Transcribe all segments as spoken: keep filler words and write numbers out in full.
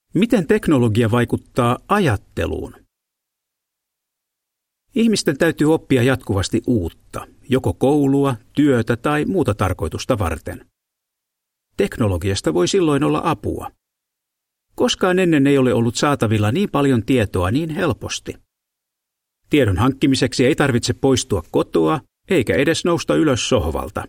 Miten teknologia vaikuttaa ajatteluun? Ihmisten täytyy oppia jatkuvasti uutta, joko koulua, työtä tai muuta tarkoitusta varten. Teknologiasta voi silloin olla apua. Koskaan ennen ei ole ollut saatavilla niin paljon tietoa niin helposti. Tiedon hankkimiseksi ei tarvitse poistua kotoa eikä edes nousta ylös sohvalta.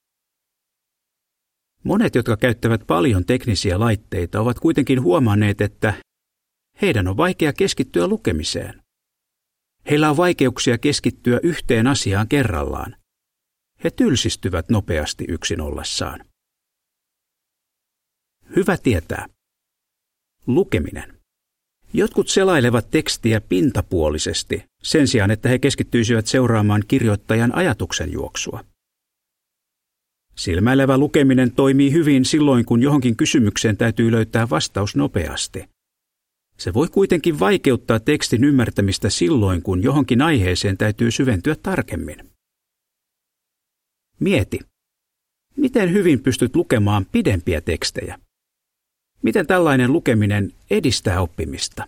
Monet, jotka käyttävät paljon teknisiä laitteita, ovat kuitenkin huomanneet, että heidän on vaikea keskittyä lukemiseen. Heillä on vaikeuksia keskittyä yhteen asiaan kerrallaan. He tylsistyvät nopeasti yksin ollessaan. Hyvä tietää. Lukeminen. Jotkut selailevat tekstiä pintapuolisesti sen sijaan, että he keskittyisivät seuraamaan kirjoittajan ajatuksen juoksua. Silmäilevä lukeminen toimii hyvin silloin, kun johonkin kysymykseen täytyy löytää vastaus nopeasti. Se voi kuitenkin vaikeuttaa tekstin ymmärtämistä silloin, kun johonkin aiheeseen täytyy syventyä tarkemmin. Mieti, miten hyvin pystyt lukemaan pidempiä tekstejä? Miten tällainen lukeminen edistää oppimista?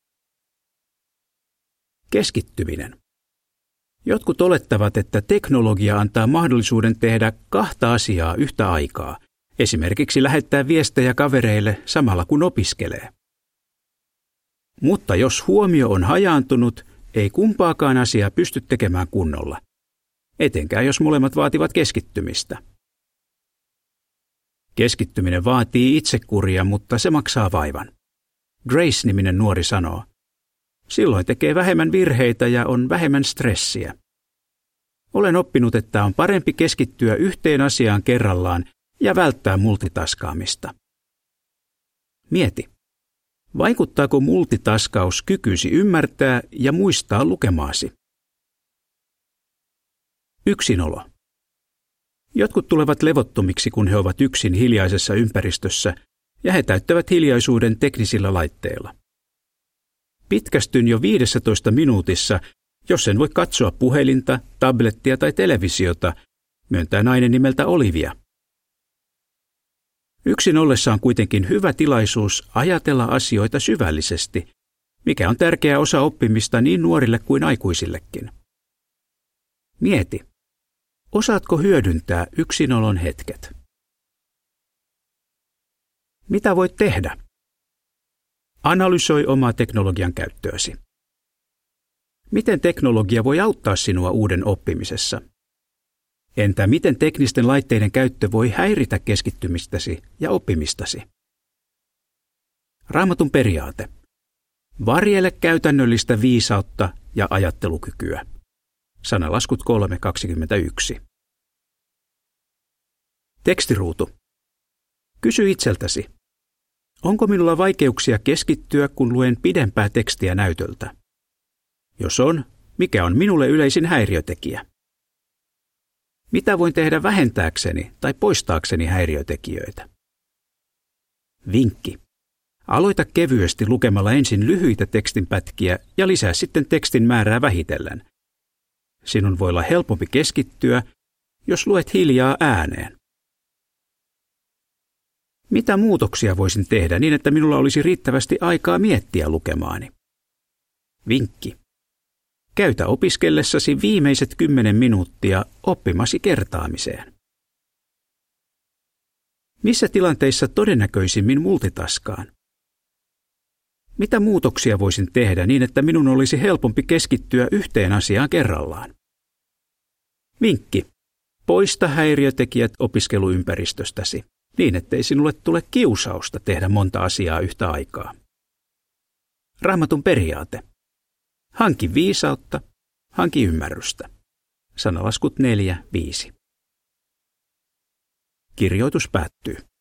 Keskittyminen. Jotkut olettavat, että teknologia antaa mahdollisuuden tehdä kahta asiaa yhtä aikaa, esimerkiksi lähettää viestejä kavereille samalla kun opiskelee. Mutta jos huomio on hajaantunut, ei kumpaakaan asiaa pysty tekemään kunnolla, etenkään jos molemmat vaativat keskittymistä. Keskittyminen vaatii itsekuria, mutta se maksaa vaivan. Grace-niminen nuori sanoo, silloin tekee vähemmän virheitä ja on vähemmän stressiä. Olen oppinut, että on parempi keskittyä yhteen asiaan kerrallaan ja välttää multitaskaamista. Mieti, vaikuttaako multitaskaus kykysi ymmärtää ja muistaa lukemaasi? Yksinolo. Jotkut tulevat levottomiksi, kun he ovat yksin hiljaisessa ympäristössä, ja he täyttävät hiljaisuuden teknisillä laitteilla. Pitkästyn jo viidessätoista minuutissa, jos en voi katsoa puhelinta, tablettia tai televisiota, myöntää nainen nimeltä Olivia. Yksin ollessa on kuitenkin hyvä tilaisuus ajatella asioita syvällisesti, mikä on tärkeä osa oppimista niin nuorille kuin aikuisillekin. Mieti, osaatko hyödyntää yksinolon hetket? Mitä voit tehdä? Analysoi omaa teknologian käyttöösi. Miten teknologia voi auttaa sinua uuden oppimisessa? Entä miten teknisten laitteiden käyttö voi häiritä keskittymistäsi ja oppimistasi? Raamatun periaate. Varjele käytännöllistä viisautta ja ajattelukykyä. Sanalaskut kolme kaksikymmentäyksi. Tekstiruutu. Kysy itseltäsi. Onko minulla vaikeuksia keskittyä, kun luen pidempää tekstiä näytöltä? Jos on, mikä on minulle yleisin häiriötekijä? Mitä voin tehdä vähentääkseni tai poistaakseni häiriötekijöitä? Vinkki. Aloita kevyesti lukemalla ensin lyhyitä tekstinpätkiä ja lisää sitten tekstin määrää vähitellen. Sinun voi olla helpompi keskittyä, jos luet hiljaa ääneen. Mitä muutoksia voisin tehdä niin, että minulla olisi riittävästi aikaa miettiä lukemaani? Vinkki. Käytä opiskellessasi viimeiset kymmenen minuuttia oppimasi kertaamiseen. Missä tilanteissa todennäköisimmin multitaskaan? Mitä muutoksia voisin tehdä niin, että minun olisi helpompi keskittyä yhteen asiaan kerrallaan? Vinkki. Poista häiriötekijät opiskeluympäristöstäsi, niin ettei sinulle tule kiusausta tehdä monta asiaa yhtä aikaa. Raamatun periaate. Hanki viisautta, hanki ymmärrystä. Sanalaskut neljä viisi. Kirjoitus päättyy.